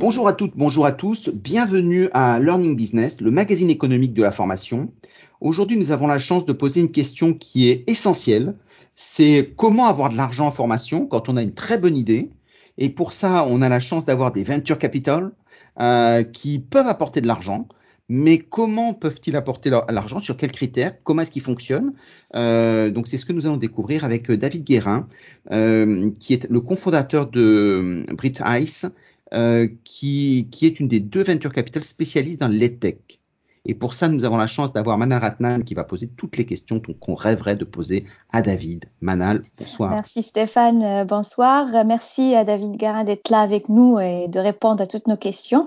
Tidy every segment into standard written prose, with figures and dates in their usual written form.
Bonjour à toutes, bonjour à tous. Bienvenue à Learning Business, le magazine économique de la formation. Aujourd'hui, nous avons la chance de poser une question qui est essentielle. C'est comment avoir de l'argent en formation quand on a une très bonne idée. Et pour ça, on a la chance d'avoir des venture capital qui peuvent apporter de l'argent. Mais comment peuvent-ils apporter l'argent? Sur quels critères? Comment est-ce qu'ils fonctionnent? Donc, c'est ce que nous allons découvrir avec David Guérin, qui est le cofondateur de Brit Ice, qui est une des deux venture capital spécialistes dans l'EdTech. Et pour ça, nous avons la chance d'avoir Manal Ratnam qui va poser toutes les questions qu'on rêverait de poser à David. Manal, bonsoir. Merci Stéphane, bonsoir. Merci à David Garin d'être là avec nous et de répondre à toutes nos questions.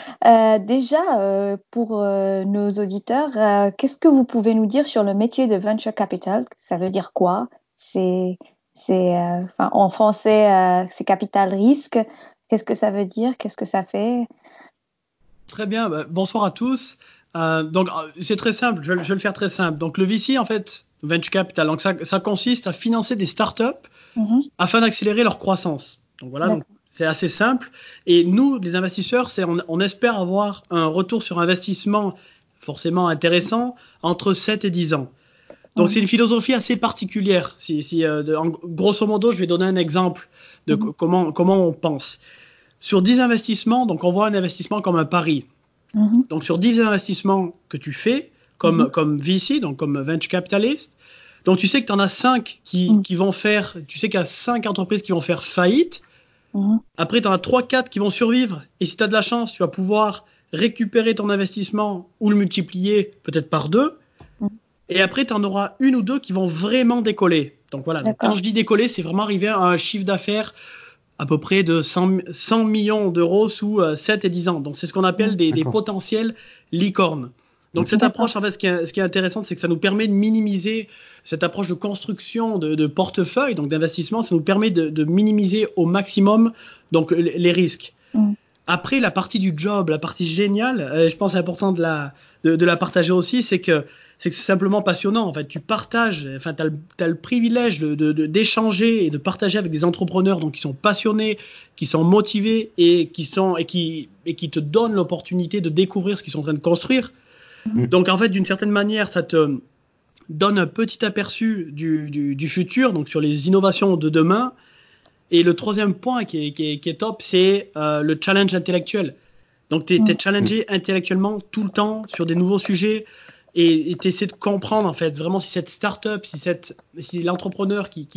Pour nos auditeurs, qu'est-ce que vous pouvez nous dire sur le métier de venture capital? Ça veut dire quoi? En français, c'est capital risque. Qu'est-ce que ça veut dire? Qu'est-ce que ça fait? Très bien, bonsoir à tous. C'est très simple, je vais le faire très simple. Donc, le VC, en fait, Venture Capital, donc ça consiste à financer des startups afin d'accélérer leur croissance. Donc, voilà, donc, c'est assez simple. Et nous, les investisseurs, on espère avoir un retour sur investissement forcément intéressant entre 7 et 10 ans. Donc, c'est une philosophie assez particulière. Grosso modo, je vais donner un exemple de comment on pense. Sur 10 investissements, donc on voit un investissement comme un pari. Donc sur 10 investissements que tu fais comme VC, donc comme venture capitalist, donc tu sais que tu en as 5 qui vont faire, tu sais qu'il y a 5 entreprises qui vont faire faillite. Après, tu en as 3-4 qui vont survivre. Et si tu as de la chance, tu vas pouvoir récupérer ton investissement ou le multiplier peut-être par 2. Et après, tu en auras une ou deux qui vont vraiment décoller. Donc voilà, donc, quand je dis décoller, c'est vraiment arriver à un chiffre d'affaires à peu près de 100 millions d'euros sous 7 et 10 ans. Donc, c'est ce qu'on appelle des potentiels licornes. Donc, cette approche, en fait, ce qui est intéressant, c'est que ça nous permet de minimiser cette approche de construction de portefeuille, donc d'investissement. Ça nous permet de minimiser au maximum donc, les risques. Après, la partie du job, la partie géniale, je pense important de la partager aussi, c'est que c'est simplement passionnant. En fait, tu partages, enfin, t'as le privilège d'échanger et de partager avec des entrepreneurs donc qui sont passionnés, qui sont motivés et qui te donnent l'opportunité de découvrir ce qu'ils sont en train de construire. Donc, en fait, d'une certaine manière, ça te donne un petit aperçu du futur, donc sur les innovations de demain. Et le troisième point qui est top, c'est le challenge intellectuel. Donc, tu es challengé intellectuellement tout le temps sur des nouveaux sujets et tu essaies de comprendre, en fait, vraiment si cette startup, si l'entrepreneur qui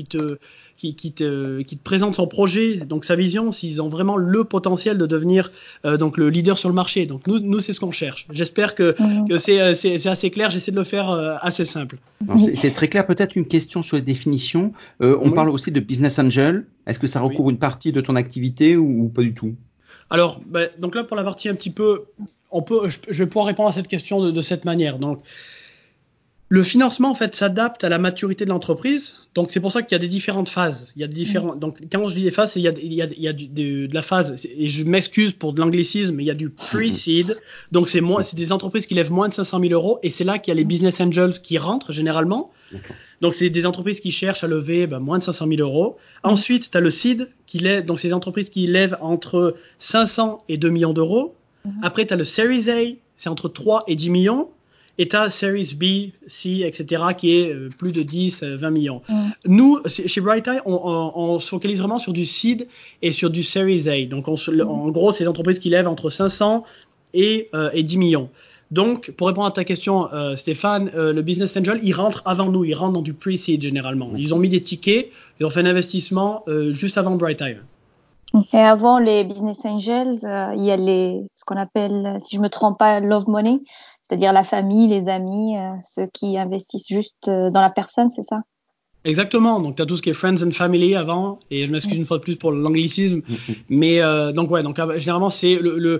te présente son projet, donc sa vision, s'ils ont vraiment le potentiel de devenir donc le leader sur le marché. Donc, nous c'est ce qu'on cherche. J'espère que c'est assez clair. J'essaie de le faire assez simple. C'est très clair. Peut-être une question sur les définitions. On parle aussi de business angel. Est-ce que ça recouvre une partie de ton activité ou pas du tout? Alors, donc là, pour la partie un petit peu, je vais pouvoir répondre à cette question de cette manière. Donc, le financement, en fait, s'adapte à la maturité de l'entreprise. Donc, c'est pour ça qu'il y a des différentes phases. Il y a des différents. Donc, quand je dis des phases, il y a de la phase. Et je m'excuse pour de l'anglicisme, mais il y a du pre-seed. Donc, c'est des entreprises qui lèvent moins de 500 000 euros. Et c'est là qu'il y a les business angels qui rentrent généralement. Donc, c'est des entreprises qui cherchent à lever moins de 500 000 euros. Ensuite, tu as le seed qui lève. Donc, c'est des entreprises qui lèvent entre 500 et 2 millions d'euros. Après, tu as le Series A, c'est entre 3 et 10 millions. Et tu as Series B, C, etc., qui est plus de 10, 20 millions. Nous, chez Bright Eye, on se focalise vraiment sur du seed et sur du Series A. Donc, en gros, c'est des entreprises qui lèvent entre 500 et 10 millions. Donc, pour répondre à ta question, Stéphane, le Business Angel, il rentre avant nous. Il rentre dans du pre-seed, généralement. Ils ont mis des tickets, ils ont fait un investissement juste avant Bright Eye. Et avant les business angels, il y a ce qu'on appelle, si je me trompe pas, love money, c'est-à-dire la famille, les amis, ceux qui investissent juste dans la personne, c'est ça? Exactement. Donc, tu as tout ce qui est friends and family avant, et je m'excuse une fois de plus pour l'anglicisme. Mais donc, généralement, c'est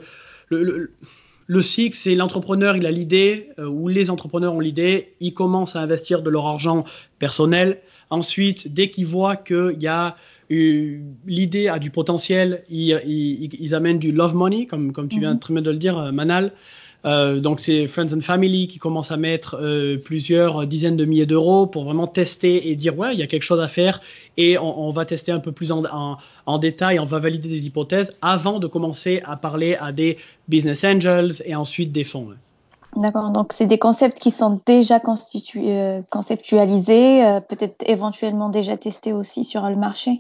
le cycle, c'est l'entrepreneur, il a l'idée, ou les entrepreneurs ont l'idée, ils commencent à investir de leur argent personnel. Ensuite, dès qu'ils voient qu'il y a l'idée a du potentiel, ils amènent du love money, comme tu viens très bien de le dire, Manal. Donc c'est Friends and Family qui commence à mettre plusieurs dizaines de milliers d'euros pour vraiment tester et dire ouais, il y a quelque chose à faire et on va tester un peu plus en détail, on va valider des hypothèses avant de commencer à parler à des business angels et ensuite des fonds. D'accord, donc c'est des concepts qui sont déjà conceptualisés, peut-être éventuellement déjà testés aussi sur le marché.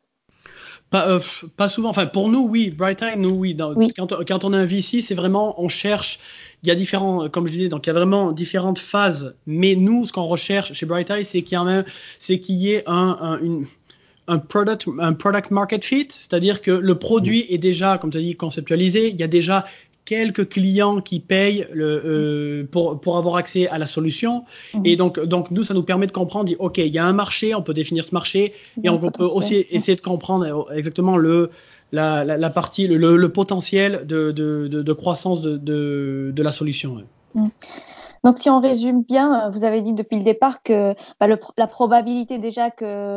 Pas souvent. Enfin, pour nous, oui. Bright Eye, nous, oui. Oui. Quand on a un VC, c'est vraiment, on cherche. Il y a différents, comme je disais, donc il y a vraiment différentes phases. Mais nous, ce qu'on recherche chez Bright Eye, c'est qu'il y ait un product market fit, c'est-à-dire que le produit est déjà, comme tu as dit, conceptualisé. Il y a déjà quelques clients qui payent pour avoir accès à la solution. Et donc, nous, ça nous permet de comprendre, OK, il y a un marché, on peut définir ce marché, et on peut aussi essayer de comprendre exactement la partie, le potentiel de croissance de la solution. Donc, si on résume bien, vous avez dit depuis le départ que la probabilité déjà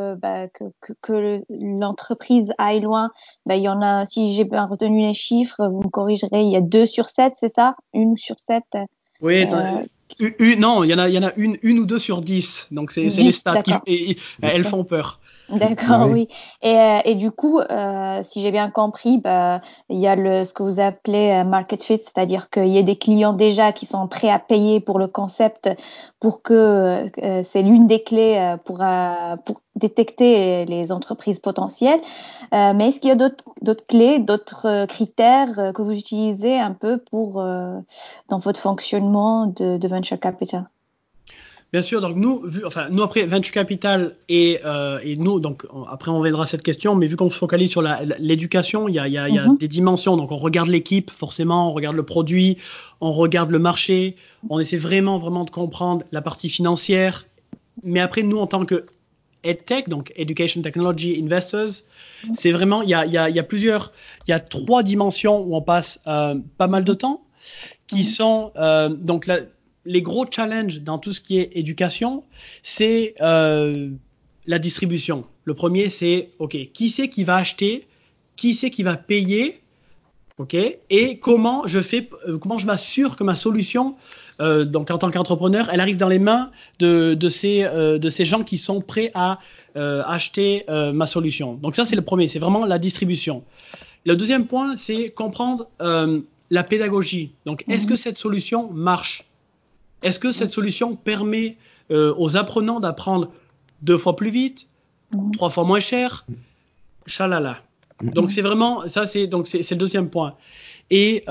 que l'entreprise aille loin, il y en a, si j'ai bien retenu les chiffres, vous me corrigerez, il y a 2 sur 7, c'est ça? 1 sur 7. Oui, non, il y en a une ou deux sur 10. Donc, c'est les 10, stats d'accord. elles font peur. D'accord, Ouais. oui. Et du coup, si j'ai bien compris, il y a ce que vous appelez market fit, c'est-à-dire qu'il y a des clients déjà qui sont prêts à payer pour le concept, pour que c'est l'une des clés pour détecter les entreprises potentielles. Mais est-ce qu'il y a d'autres clés, d'autres critères que vous utilisez un peu dans votre fonctionnement de venture capital? Bien sûr, donc nous après Venture Capital et nous, donc après on viendra à cette question, mais vu qu'on se focalise sur l'éducation, il y a des dimensions. Donc on regarde l'équipe, forcément, on regarde le produit, on regarde le marché, on essaie vraiment de comprendre la partie financière. Mais après, nous, en tant que EdTech, donc Education Technology Investors, c'est vraiment, il y a il y a 3 dimensions où on passe pas mal de temps, qui sont donc les gros challenges dans tout ce qui est éducation, c'est la distribution. Le premier, c'est, OK, qui c'est qui va acheter, qui c'est qui va payer, OK, et comment je m'assure que ma solution, donc en tant qu'entrepreneur, elle arrive dans les mains de ces gens qui sont prêts à acheter ma solution. Donc ça, c'est le premier, c'est vraiment la distribution. Le deuxième point, c'est comprendre la pédagogie. Donc, est-ce que cette solution marche? Est-ce que cette solution permet aux apprenants d'apprendre 2 fois plus vite, 3 fois moins cher? Chalala. Donc, c'est vraiment, ça, c'est le deuxième point. Et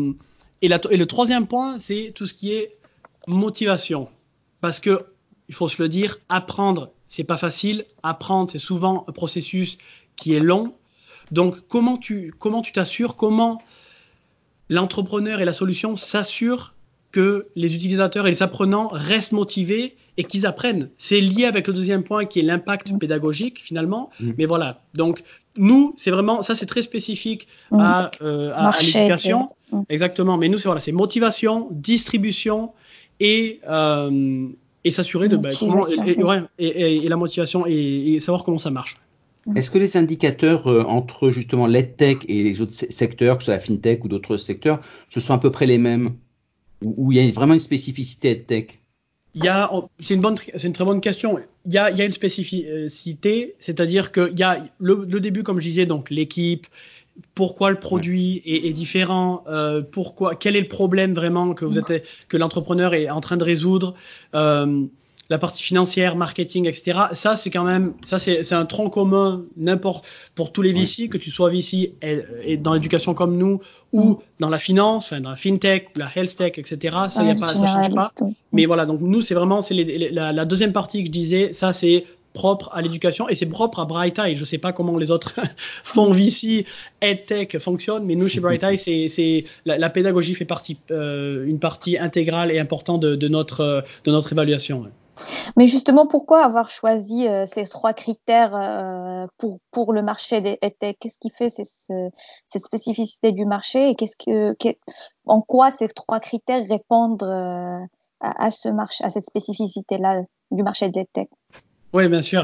le troisième point, c'est tout ce qui est motivation. Parce que, il faut se le dire, apprendre, c'est pas facile. Apprendre, c'est souvent un processus qui est long. Donc, comment tu t'assures, comment l'entrepreneur et la solution s'assurent que les utilisateurs et les apprenants restent motivés et qu'ils apprennent. C'est lié avec le deuxième point qui est l'impact pédagogique finalement. Mais voilà, donc nous, c'est vraiment, ça c'est très spécifique à l'éducation. Exactement, mais nous, c'est motivation, distribution et s'assurer de comment, et la motivation et savoir comment ça marche. Est-ce que les indicateurs entre justement l'EdTech et les autres secteurs, que ce soit la FinTech ou d'autres secteurs, ce sont à peu près les mêmes? Ou il y a vraiment une spécificité EdTech? C'est une très bonne question. Il y a une spécificité, c'est-à-dire qu'il y a le début, comme je disais, donc l'équipe, pourquoi le produit est différent, quel est le problème vraiment que l'entrepreneur est en train de résoudre, la partie financière, marketing, etc. Ça, c'est quand même, c'est un tronc commun pour tous les VC, que tu sois VC et dans l'éducation comme nous, ou dans la finance, enfin, dans la fintech, la health tech, etc. Ça change pas. Mais voilà, donc nous, c'est vraiment, la deuxième partie que je disais, ça, c'est propre à l'éducation et c'est propre à Bright Eye. Je sais pas comment les autres fonds VC, EdTech fonctionnent, mais nous, chez Bright Eye, la pédagogie fait une partie intégrale et importante de notre évaluation. Mais justement, pourquoi avoir choisi ces 3 critères pour le marché des EdTech? Qu'est-ce qui fait cette spécificité du marché et en quoi ces 3 critères répondent à ce marché, à cette spécificité-là du marché des EdTech? Oui, bien sûr.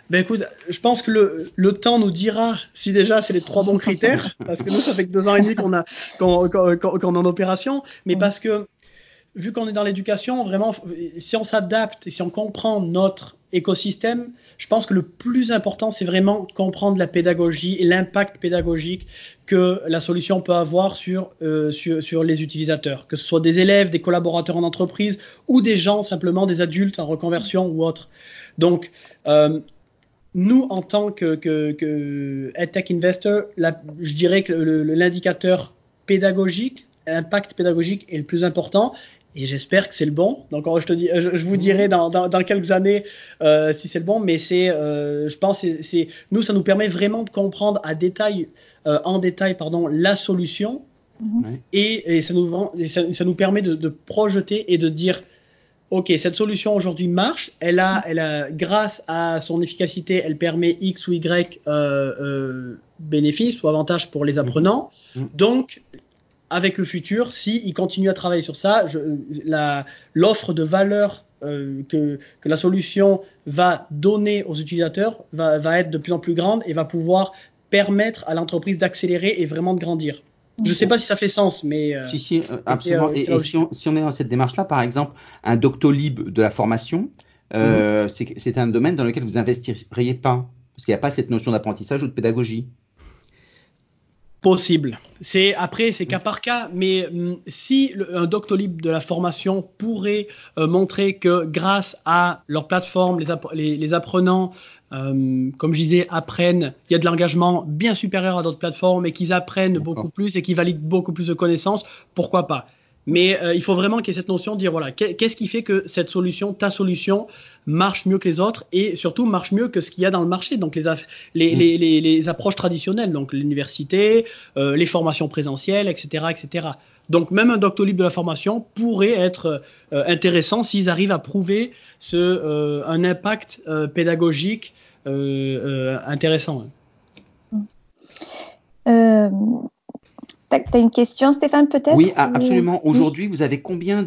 Ben écoute, je pense que le temps nous dira si déjà c'est les 3 bons critères, parce que nous, ça fait que 2 ans et demi qu'on est en opération, mais parce que vu qu'on est dans l'éducation, vraiment, si on s'adapte et si on comprend notre écosystème, je pense que le plus important, c'est vraiment comprendre la pédagogie et l'impact pédagogique que la solution peut avoir sur les utilisateurs, que ce soit des élèves, des collaborateurs en entreprise ou des gens, simplement des adultes en reconversion ou autres. Donc, nous, en tant que EdTech Investor, je dirais que l'indicateur pédagogique, impact pédagogique est le plus important. Et j'espère que c'est le bon. Donc, je vous dirai dans quelques années si c'est le bon. Mais je pense, nous, ça nous permet vraiment de comprendre en détail, la solution. Et ça nous permet de projeter et de dire, OK, cette solution aujourd'hui marche. Grâce à son efficacité, elle permet X ou Y bénéfices ou avantages pour les apprenants. Donc, avec le futur, s'ils continuent à travailler sur ça, l'offre de valeur que la solution va donner aux utilisateurs va être de plus en plus grande et va pouvoir permettre à l'entreprise d'accélérer et vraiment de grandir. Je ne sais pas si ça fait sens, mais… Si, absolument. Et si on est dans cette démarche-là, par exemple, un Doctolib de la formation, c'est un domaine dans lequel vous n'investiriez pas, parce qu'il n'y a pas cette notion d'apprentissage ou de pédagogie. Possible. Après, c'est cas par cas, mais si un Doctolib de la formation pourrait montrer que grâce à leur plateforme, les apprenants, comme je disais, apprennent, il y a de l'engagement bien supérieur à d'autres plateformes et qu'ils apprennent beaucoup plus et qu'ils valident beaucoup plus de connaissances, pourquoi pas? Mais il faut vraiment qu'il y ait cette notion de dire, voilà, qu'est-ce qui fait que cette solution, ta solution, marche mieux que les autres et surtout marche mieux que ce qu'il y a dans le marché. Donc les approches traditionnelles, donc l'université, les formations présentielles, etc., etc. Donc même un Doctolib de la formation pourrait être intéressant s'ils arrivent à prouver un impact pédagogique intéressant. T'as une question, Stéphane, peut-être? Oui, absolument. Aujourd'hui, vous avez combien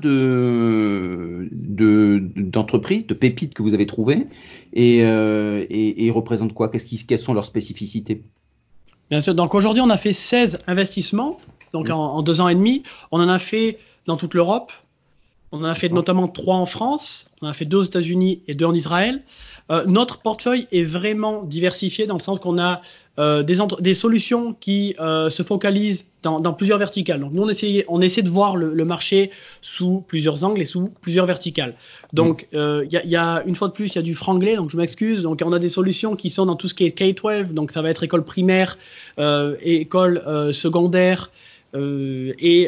d'entreprises, de pépites que vous avez trouvées et ils représentent quoi? Quelles sont leurs spécificités? Bien sûr. Donc aujourd'hui, on a fait 16 investissements donc en 2 ans et demi. On en a fait dans toute l'Europe. On en a fait notamment 3 en France, on en a fait 2 aux États-Unis et 2 en Israël. Notre portefeuille est vraiment diversifié dans le sens qu'on a des solutions qui se focalisent dans plusieurs verticales. Donc nous, on essaie de voir le marché sous plusieurs angles et sous plusieurs verticales. Donc il y a une fois de plus, il y a du franglais, donc je m'excuse. Donc on a des solutions qui sont dans tout ce qui est K-12, donc ça va être école primaire, école secondaire et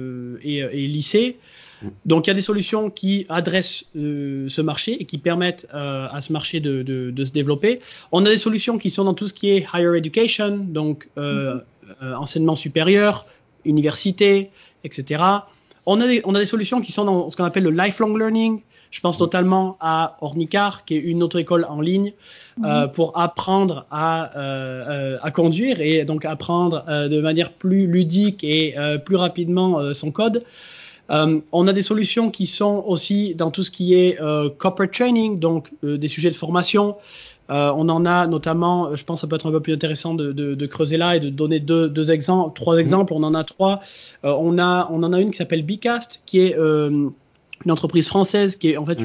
lycée. Donc, il y a des solutions qui adressent ce marché et qui permettent à ce marché de se développer. On a des solutions qui sont dans tout ce qui est higher education, donc enseignement supérieur, université, etc. On a des solutions qui sont dans ce qu'on appelle le lifelong learning. Je pense totalement à Ornicar, qui est une autre école en ligne pour apprendre à conduire et donc apprendre de manière plus ludique et plus rapidement son code. On a des solutions qui sont aussi dans tout ce qui est corporate training, donc des sujets de formation. On en a notamment, je pense que ça peut être un peu plus intéressant de creuser là et de donner trois exemples. On en a 3. On en a une qui s'appelle Bcast, qui est une entreprise française qui est en fait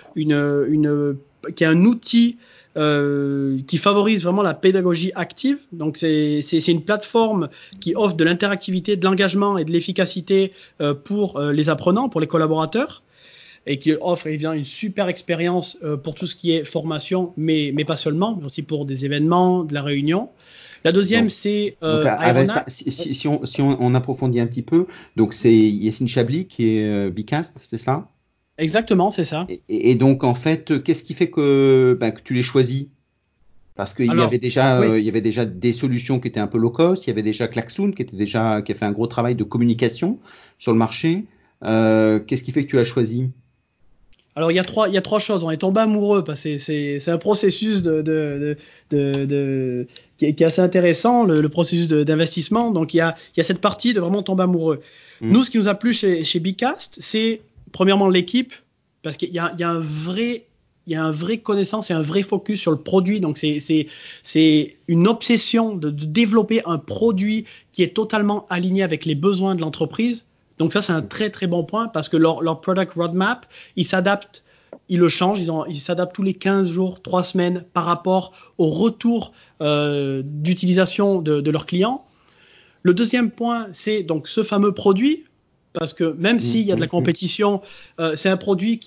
qui est un outil qui favorise vraiment la pédagogie active. Donc c'est une plateforme qui offre de l'interactivité, de l'engagement et de l'efficacité pour les apprenants, pour les collaborateurs, et qui offre évidemment une super expérience pour tout ce qui est formation, mais pas seulement, mais aussi pour des événements, de la réunion. La deuxième, c'est Ironac. Si on approfondit un petit peu, donc c'est Yassine Chabli qui est Bcast, c'est ça? Exactement, c'est ça. Et donc, en fait, qu'est-ce qui fait que tu les choisis? Parce qu'il y avait déjà des solutions qui étaient un peu low cost, il y avait déjà Klaxoon qui a fait un gros travail de communication sur le marché. Qu'est-ce qui fait que tu l'as choisi? Alors il y a 3 choses. On est tombé amoureux parce que c'est un processus qui est assez intéressant, le processus d'investissement. Donc il y a cette partie de vraiment tomber amoureux. Nous, ce qui nous a plu chez Bcast, c'est premièrement l'équipe, parce qu'il y a un vrai il y a un vrai connaissance et un vrai focus sur le produit. Donc, c'est une obsession de développer un produit qui est totalement aligné avec les besoins de l'entreprise. Donc, ça, c'est un très, très bon point parce que leur product roadmap, ils s'adaptent, ils le changent, ils s'adaptent tous les 15 jours, 3 semaines par rapport au retour d'utilisation de leurs clients. Le deuxième point, c'est donc ce fameux produit, parce que même s'il y a de la compétition, c'est un produit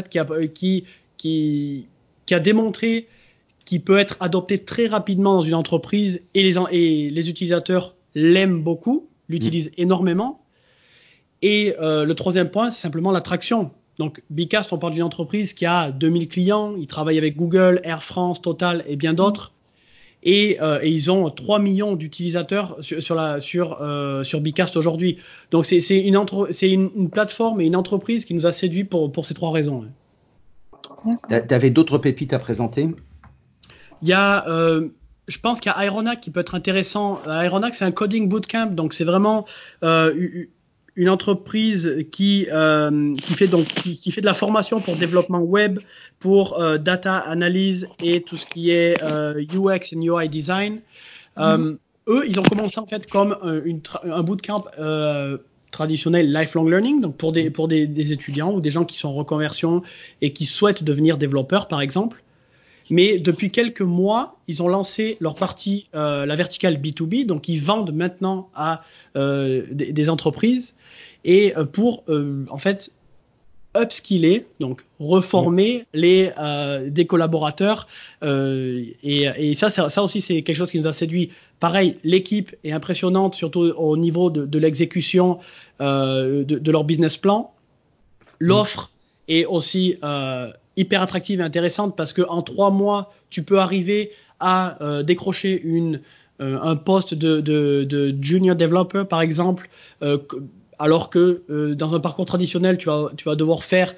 qui a démontré qu'il peut être adopté très rapidement dans une entreprise et les utilisateurs l'aiment beaucoup, l'utilisent énormément. Et le troisième point, c'est simplement l'attraction. Donc, Bcast, on parle d'une entreprise qui a 2000 clients, ils travaillent avec Google, Air France, Total et bien d'autres. Et ils ont 3 millions d'utilisateurs sur Bcast aujourd'hui. Donc, c'est une plateforme et une entreprise qui nous a séduits pour ces 3 raisons. Tu avais d'autres pépites à présenter? Il y a, je pense qu'il y a Aeronac qui peut être intéressant. Aeronac, c'est un coding bootcamp. Donc, c'est vraiment une entreprise qui fait de la formation pour développement web, pour data analyse et tout ce qui est UX et UI design. Eux, ils ont commencé en fait comme un bootcamp traditionnel lifelong learning, donc pour des étudiants ou des gens qui sont en reconversion et qui souhaitent devenir développeurs, par exemple. Mais depuis quelques mois, ils ont lancé leur partie, la verticale B2B, donc ils vendent maintenant à des entreprises et pour en fait upskiller, donc reformer des collaborateurs. Et ça aussi, c'est quelque chose qui nous a séduit. Pareil, l'équipe est impressionnante, surtout au niveau de l'exécution de leur business plan. L'offre est aussi hyper attractive et intéressante parce qu'en 3 mois, tu peux arriver à décrocher un poste de junior developer, par exemple, alors que dans un parcours traditionnel, tu vas devoir faire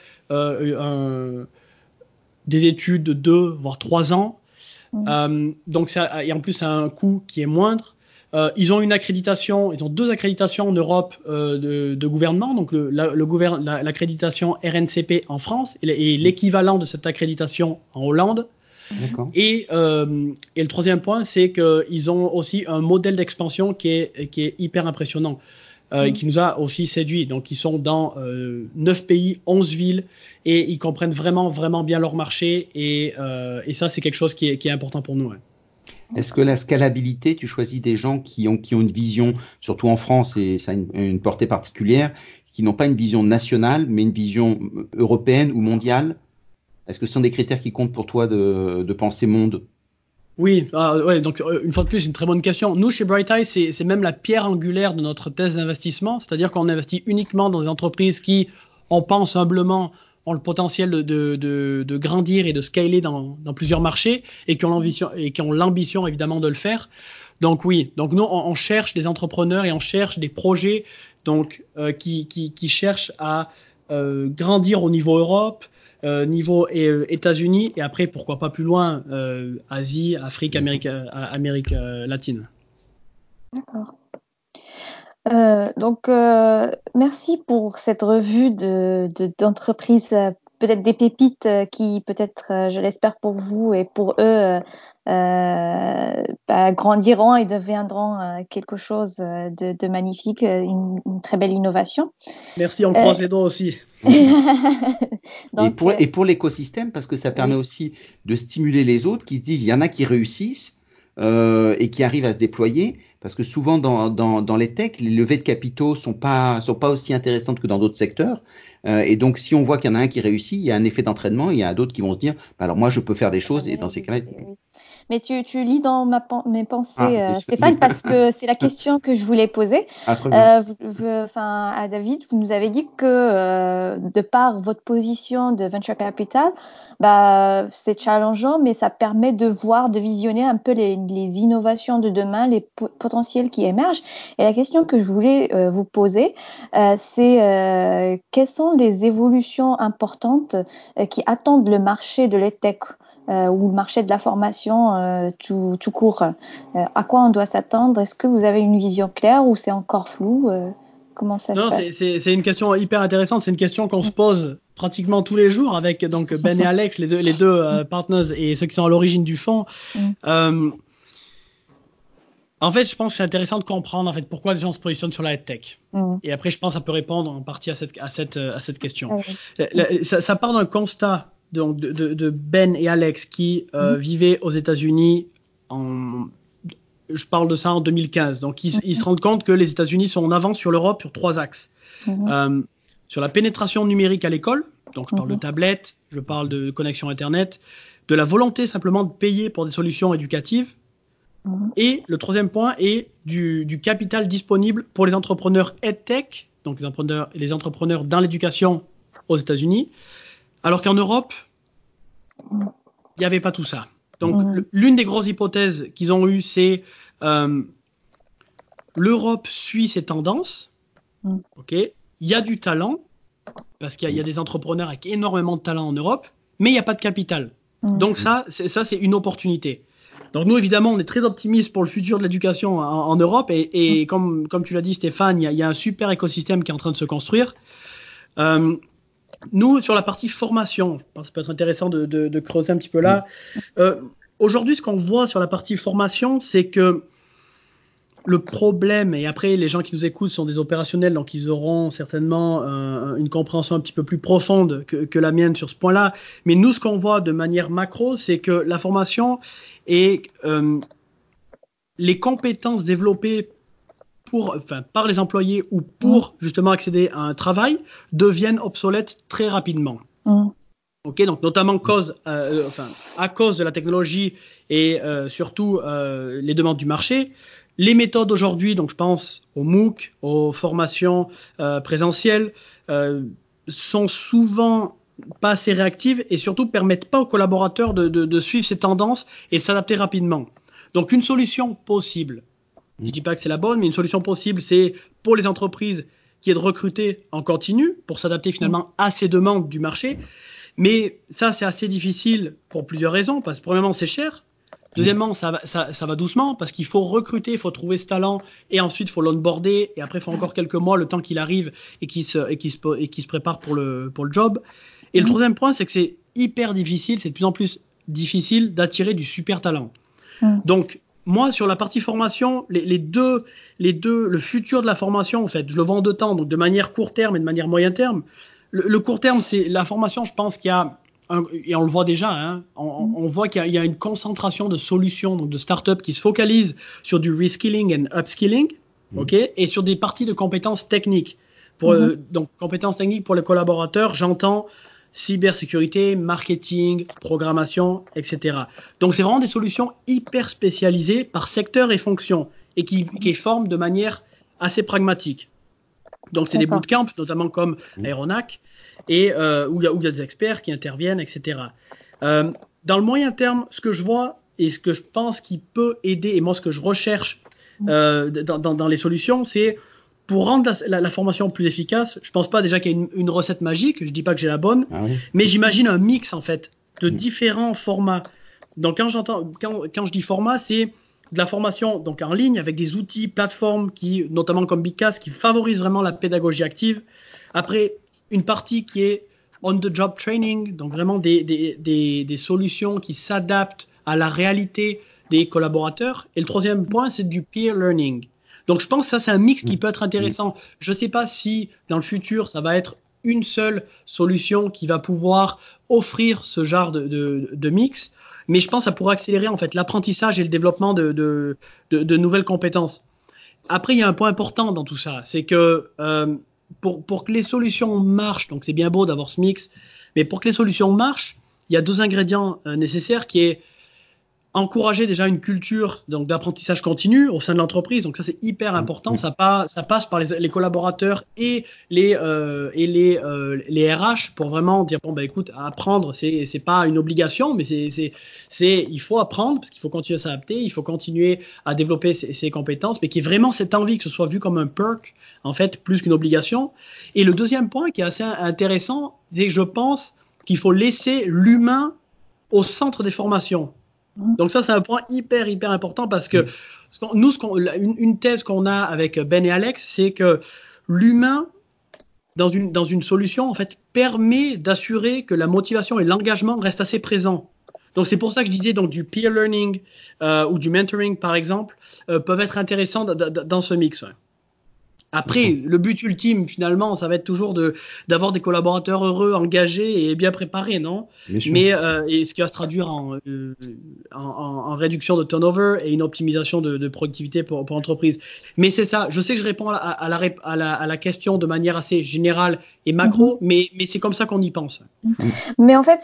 des études de 2 voire 3 ans. Donc et en plus, ça a un coût qui est moindre. Ils ont 2 accréditations en Europe de gouvernement, donc l'accréditation RNCP en France et l'équivalent de cette accréditation en Hollande. Et le troisième point, c'est qu'ils ont aussi un modèle d'expansion qui est hyper impressionnant, qui nous a aussi séduit. Donc, ils sont dans 9 pays, 11 villes, et ils comprennent vraiment, vraiment bien leur marché. Et ça, c'est quelque chose qui est important pour nous. Ouais. Est-ce que la scalabilité, tu choisis des gens qui ont une vision, surtout en France, et ça a une portée particulière, qui n'ont pas une vision nationale, mais une vision européenne ou mondiale? Est-ce que ce sont des critères qui comptent pour toi de penser monde? Oui, ouais, donc une fois de plus, c'est une très bonne question. Nous, chez Bright Eye, c'est même la pierre angulaire de notre thèse d'investissement, c'est-à-dire qu'on investit uniquement dans des entreprises qui, on pense humblement, ont le potentiel de grandir et de scaler dans plusieurs marchés et qui ont l'ambition évidemment de le faire. Donc oui, donc nous, on cherche des entrepreneurs et on cherche des projets donc qui cherchent à grandir au niveau Europe, niveau États-Unis et après pourquoi pas plus loin Asie, Afrique, Amérique latine. D'accord. Donc, merci pour cette revue d'entreprises, peut-être des pépites qui, peut-être, je l'espère pour vous et pour eux, grandiront et deviendront quelque chose de magnifique, une très belle innovation. Merci, on croise les doigts aussi. Donc, Et pour l'écosystème, parce que ça permet aussi de stimuler les autres qui se disent, il y en a qui réussissent et qui arrivent à se déployer, parce que souvent dans les techs, les levées de capitaux sont pas aussi intéressantes que dans d'autres secteurs. Et donc, si on voit qu'il y en a un qui réussit, il y a un effet d'entraînement, il y a d'autres qui vont se dire, bah, alors moi, je peux faire des choses, et dans ces cas-là. Mais tu lis dans mes pensées, Stéphane, parce que c'est la question que je voulais poser. Très bien. À David, vous nous avez dit que de par votre position de venture capital, c'est challengeant, mais ça permet de voir, de visionner un peu les innovations de demain, les potentiels qui émergent. Et la question que je voulais vous poser, c'est quelles sont les évolutions importantes qui attendent le marché de l'EdTech ou le marché de la formation tout court. À quoi on doit s'attendre? Est-ce que vous avez une vision claire ou c'est encore flou? Comment ça Non, se passe? c'est une question hyper intéressante. C'est une question qu'on se pose pratiquement tous les jours avec donc Ben et Alex, les deux partners et ceux qui sont à l'origine du fonds. En fait, je pense que c'est intéressant de comprendre en fait pourquoi les gens se positionnent sur la headtech. Et après, je pense que ça peut répondre en partie à cette question. Ça part d'un constat donc de Ben et Alex qui vivaient aux États-Unis je parle de ça en 2015. Donc, ils se rendent compte que les États-Unis sont en avance sur l'Europe sur 3 axes. Sur la pénétration numérique à l'école, donc je parle de tablettes, je parle de connexion Internet, de la volonté simplement de payer pour des solutions éducatives. Et le troisième point est du capital disponible pour les entrepreneurs EdTech, donc les entrepreneurs dans l'éducation aux États-Unis, alors qu'en Europe, il n'y avait pas tout ça. Donc, l'une des grosses hypothèses qu'ils ont eues, c'est l'Europe suit ces tendances. Il y a du talent, parce qu'il y a des entrepreneurs avec énormément de talent en Europe, mais il n'y a pas de capital. Donc ça, c'est une opportunité. Donc nous, évidemment, on est très optimistes pour le futur de l'éducation en Europe. Et comme tu l'as dit, Stéphane, il y a un super écosystème qui est en train de se construire. Nous, sur la partie formation, je pense que ça peut être intéressant de creuser un petit peu là. Aujourd'hui, ce qu'on voit sur la partie formation, c'est que le problème, et après les gens qui nous écoutent sont des opérationnels, donc ils auront certainement une compréhension un petit peu plus profonde que la mienne sur ce point-là. Mais nous, ce qu'on voit de manière macro, c'est que la formation et les compétences développées par les employés ou pour justement accéder à un travail deviennent obsolètes très rapidement. Donc notamment à cause de la technologie et surtout les demandes du marché. Les méthodes aujourd'hui, donc je pense aux MOOC, aux formations présentielles, sont souvent pas assez réactives et surtout permettent pas aux collaborateurs de suivre ces tendances et de s'adapter rapidement. Donc une solution possible, je dis pas que c'est la bonne, mais une solution possible, c'est pour les entreprises qui est de recruter en continu pour s'adapter finalement à ces demandes du marché. Mais ça, c'est assez difficile pour plusieurs raisons, parce que premièrement, c'est cher. Deuxièmement, ça va doucement parce qu'il faut recruter, il faut trouver ce talent et ensuite il faut l'onboarder et après il faut encore quelques mois le temps qu'il arrive et qu'il se prépare pour le job. Et le troisième point, c'est que c'est hyper difficile, c'est de plus en plus difficile d'attirer du super talent. Donc moi, sur la partie formation, le futur de la formation, en fait, je le vois en deux temps, donc de manière court terme et de manière moyen terme. Le court terme, c'est la formation, je pense qu'il y a et on le voit déjà, hein, on voit qu'il y a une concentration de solutions, donc de startups qui se focalisent sur du reskilling and upskilling, et sur des parties de compétences techniques. Donc, compétences techniques pour les collaborateurs, j'entends cybersécurité, marketing, programmation, etc. Donc, c'est vraiment des solutions hyper spécialisées par secteur et fonction et qui forment de manière assez pragmatique. Donc, c'est des bootcamps, notamment comme Aeronac, et où il y a des experts qui interviennent, etc. Dans le moyen terme, ce que je vois et ce que je pense qui peut aider, et moi ce que je recherche dans les solutions, c'est pour rendre la formation plus efficace. Je pense pas déjà qu'il y a une recette magique, je dis pas que j'ai la bonne, mais j'imagine un mix en fait de différents formats. Donc quand je dis format, c'est de la formation donc en ligne avec des outils, plateformes qui, notamment comme Bigcast, qui favorisent vraiment la pédagogie active. Après, une partie qui est on-the-job training, donc vraiment des solutions qui s'adaptent à la réalité des collaborateurs. Et le troisième point, c'est du peer learning. Donc je pense que ça, c'est un mix qui peut être intéressant. Je ne sais pas si dans le futur, ça va être une seule solution qui va pouvoir offrir ce genre de mix, mais je pense que ça pourrait accélérer en fait l'apprentissage et le développement de nouvelles compétences. Après, il y a un point important dans tout ça, c'est que pour que les solutions marchent, donc c'est bien beau d'avoir ce mix, mais pour que les solutions marchent, il y a deux ingrédients nécessaires qui est encourager déjà une culture donc d'apprentissage continu au sein de l'entreprise. Donc ça, c'est hyper important. Ça passe par les collaborateurs et les RH pour vraiment dire, bon, bah, écoute, apprendre, c'est pas une obligation, mais il faut apprendre parce qu'il faut continuer à s'adapter, il faut continuer à développer ses compétences, mais qu'il y ait vraiment cette envie que ce soit vu comme un perk, en fait, plus qu'une obligation. Et le deuxième point qui est assez intéressant, c'est que je pense qu'il faut laisser l'humain au centre des formations. Donc ça, c'est un point hyper important parce que une thèse qu'on a avec Ben et Alex, c'est que l'humain dans une solution en fait permet d'assurer que la motivation et l'engagement restent assez présents. Donc c'est pour ça que je disais donc du peer learning ou du mentoring par exemple peuvent être intéressants dans ce mix. Ouais. Après, le but ultime, finalement, ça va être toujours d'avoir des collaborateurs heureux, engagés et bien préparés, non? Bien sûr. Mais et ce qui va se traduire en réduction de turnover et une optimisation de productivité pour l'entreprise. Mais c'est ça. Je sais que je réponds à la question de manière assez générale et macro, mais c'est comme ça qu'on y pense. Mais en fait,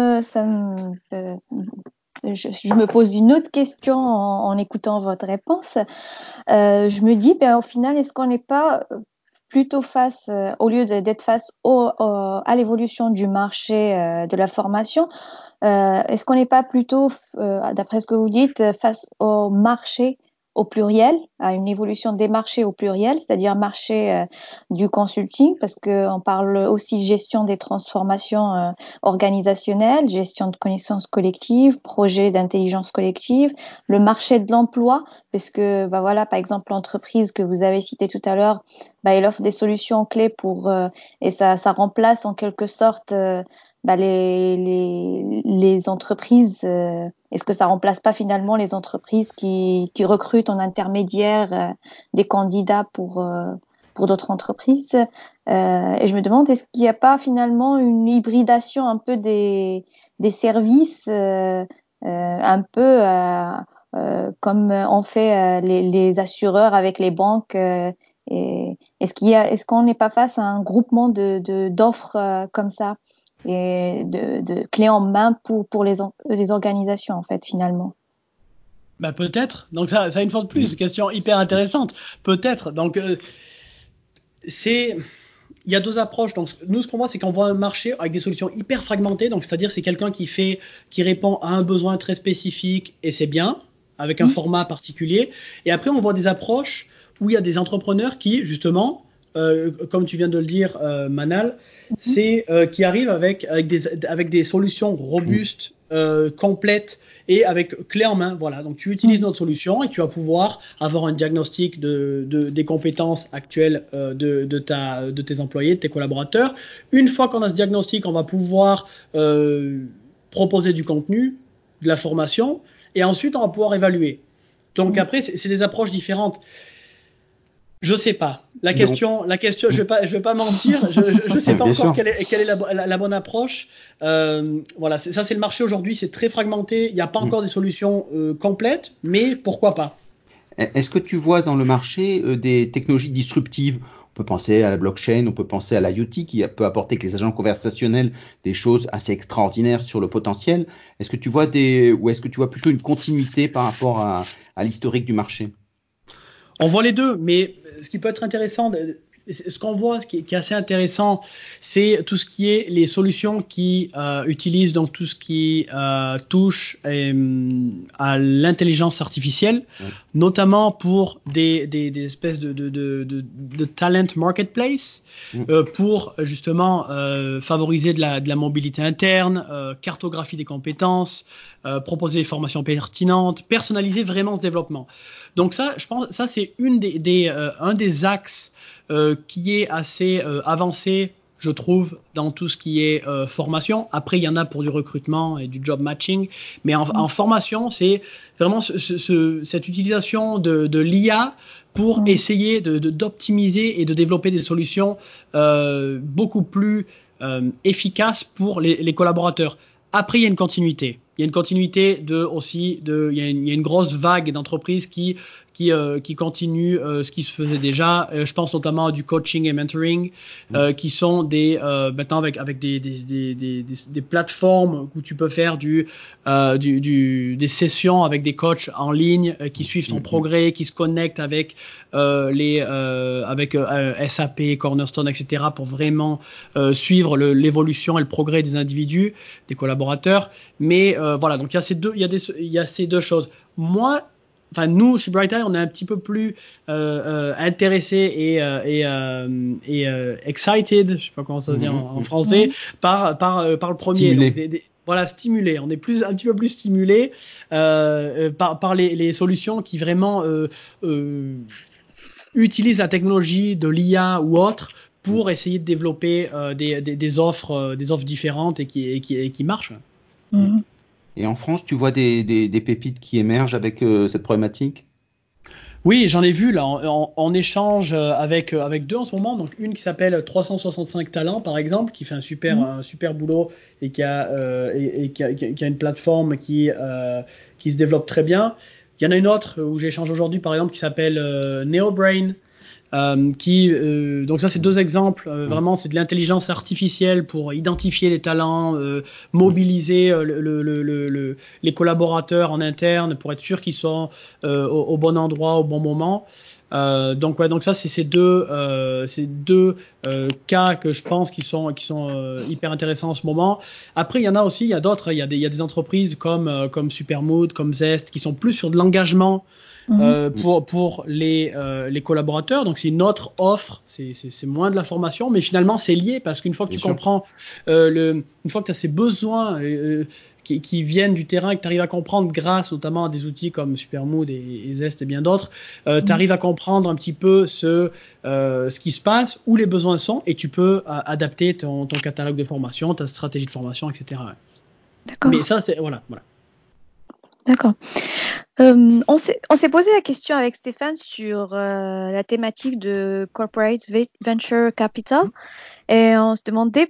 je me pose une autre question en écoutant votre réponse. Je me dis, ben, au final, est-ce qu'on n'est pas plutôt face, au lieu d'être face à l'évolution du marché de la formation, est-ce qu'on n'est pas plutôt, d'après ce que vous dites, face au marché au pluriel, à une évolution des marchés au pluriel, c'est-à-dire marché du consulting, parce qu'on parle aussi gestion des transformations organisationnelles, gestion de connaissances collectives, projet d'intelligence collective, le marché de l'emploi, parce que bah voilà, par exemple, l'entreprise que vous avez citée tout à l'heure, bah, elle offre des solutions clés et ça remplace en quelque sorte bah, les entreprises, est-ce que ça remplace pas finalement les entreprises qui recrutent en intermédiaire des candidats pour d'autres entreprises? Et je me demande, est-ce qu'il n'y a pas finalement une hybridation un peu des services, un peu comme ont fait les assureurs avec les banques? Et est-ce qu'on n'est pas face à un groupement d'offres comme ça? Et de clés en main pour les organisations, en fait, finalement. Bah peut-être. Donc ça une fois de plus, question hyper intéressante. Peut-être. Donc il y a deux approches. Donc nous ce qu'on voit c'est qu'on voit un marché avec des solutions hyper fragmentées. Donc c'est-à-dire c'est quelqu'un qui répond à un besoin très spécifique et c'est bien avec un format particulier. Et après on voit des approches où il y a des entrepreneurs qui justement, comme tu viens de le dire, Manal, c'est qui arrivent avec des solutions robustes, complètes et avec clé en main. Voilà. Donc tu utilises notre solution et tu vas pouvoir avoir un diagnostic des compétences actuelles de tes employés, de tes collaborateurs. Une fois qu'on a ce diagnostic, on va pouvoir proposer du contenu, de la formation et ensuite on va pouvoir évaluer. Donc après, c'est des approches différentes. Je sais pas. La question, je vais pas mentir. Je sais pas encore quelle est la bonne approche. Voilà, ça c'est le marché aujourd'hui. C'est très fragmenté. Il n'y a pas encore des solutions complètes, mais pourquoi pas. Est-ce que tu vois dans le marché des technologies disruptives? On peut penser à la blockchain, on peut penser à l'IoT qui peut apporter avec les agents conversationnels des choses assez extraordinaires sur le potentiel. Est-ce que tu vois ou est-ce que tu vois plutôt une continuité par rapport à l'historique du marché? On voit les deux, mais ce qui peut être intéressant, ce qu'on voit, ce qui est assez intéressant, c'est tout ce qui est les solutions qui utilisent donc tout ce qui touche à l'intelligence artificielle, notamment pour des espèces de talent marketplace, pour justement favoriser de la mobilité interne, cartographie des compétences, proposer des formations pertinentes, personnaliser vraiment ce développement. Donc ça, je pense, ça c'est un des axes qui est assez avancé, je trouve, dans tout ce qui est formation. Après, il y en a pour du recrutement et du job matching, mais en formation, c'est vraiment cette utilisation de l'IA pour essayer d'optimiser et de développer des solutions beaucoup plus efficaces pour les collaborateurs. Après, il y a une continuité. Il y a une continuité il y a une grosse vague d'entreprises qui continuent ce qui se faisait déjà. Je pense notamment à du coaching et mentoring, qui sont maintenant avec des plateformes où tu peux faire des sessions avec des coachs en ligne qui suivent ton progrès, qui se connectent avec SAP, Cornerstone, etc. pour vraiment suivre l'évolution et le progrès des individus, des collaborateurs. Mais voilà, donc il y a ces deux choses. Nous, chez Bright Eye, on est un petit peu plus intéressés et excited, je sais pas comment ça se dit en français, par le premier. Stimulé. Donc, voilà, stimulé. On est un petit peu plus stimulé par les solutions qui vraiment utilisent la technologie de l'IA ou autre pour essayer de développer des offres différentes et qui marchent. Et en France, tu vois des pépites qui émergent avec cette problématique? Oui, j'en ai vu là en échange avec deux en ce moment. Donc une qui s'appelle 365 Talents par exemple, qui fait un super boulot et qui a une plateforme qui se développe très bien. Il y en a une autre où j'échange aujourd'hui par exemple qui s'appelle NeoBrain. Donc ça c'est deux exemples, vraiment c'est de l'intelligence artificielle pour identifier les talents, mobiliser les collaborateurs en interne pour être sûr qu'ils sont au bon endroit au bon moment. Donc ça c'est ces deux cas que je pense qui sont hyper intéressants en ce moment. Après il y a d'autres, il y a des entreprises comme Supermood, comme Zest qui sont plus sur de l'engagement pour les collaborateurs. Donc, c'est une autre offre, c'est moins de la formation, mais finalement, c'est lié parce qu'une fois que tu comprends, une fois que tu as ces besoins qui viennent du terrain, que tu arrives à comprendre grâce notamment à des outils comme Supermood et Zest et bien d'autres, tu arrives à comprendre un petit peu ce qui se passe, où les besoins sont, et tu peux adapter ton catalogue de formation, ta stratégie de formation, etc. D'accord. Mais ça, c'est... Voilà. D'accord. On s'est posé la question avec Stéphane sur la thématique de corporate venture capital et on se demandait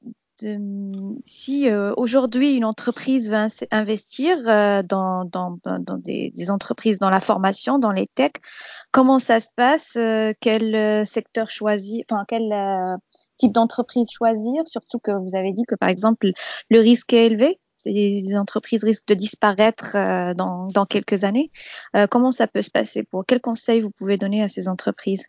si aujourd'hui une entreprise veut investir dans des entreprises dans la formation, dans les techs, comment ça se passe, quel secteur choisir, enfin quel type d'entreprise choisir, surtout que vous avez dit que par exemple le risque est élevé. Ces entreprises risquent de disparaître dans quelques années. Comment ça peut se passer? Quels conseils vous pouvez donner à ces entreprises?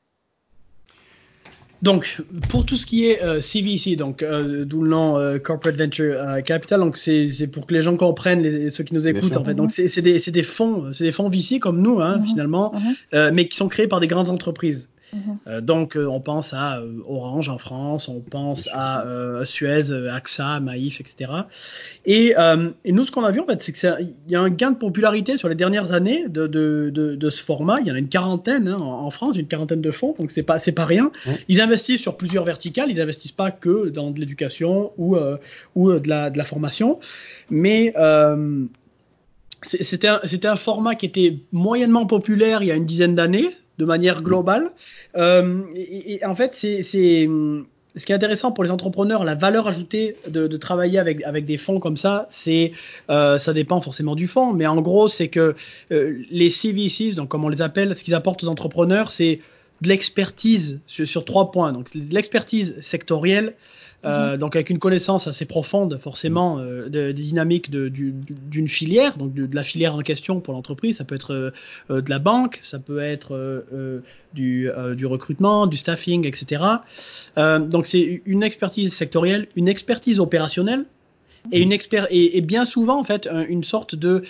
Donc, pour tout ce qui est CVC, donc d'où le nom Corporate Venture Capital, donc c'est pour que les gens comprennent, ceux qui nous écoutent en fait. Donc c'est des fonds VC comme nous finalement, mais qui sont créés par des grandes entreprises. Donc, on pense à Orange en France, on pense à Suez, AXA, Maïf, etc. Et nous, ce qu'on a vu, en fait, c'est qu'il y a un gain de popularité sur les dernières années de ce format. Il y en a une quarantaine en France, une quarantaine de fonds, donc c'est pas rien. Ils investissent sur plusieurs verticales, ils n'investissent pas que dans de l'éducation ou de la formation. Mais c'était un format qui était moyennement populaire il y a une dizaine d'années, de manière globale. Et en fait, ce qui est intéressant pour les entrepreneurs, la valeur ajoutée de travailler avec des fonds comme ça, ça dépend forcément du fonds, mais en gros, c'est que les CVCs, donc comme on les appelle, ce qu'ils apportent aux entrepreneurs, c'est de l'expertise sur 3 points. Donc, de l'expertise sectorielle, donc avec une connaissance assez profonde forcément des dynamiques d'une filière, donc de la filière en question pour l'entreprise. Ça peut être de la banque, ça peut être du recrutement, du staffing, etc. Donc c'est une expertise sectorielle, une expertise opérationnelle et bien souvent en fait une sorte de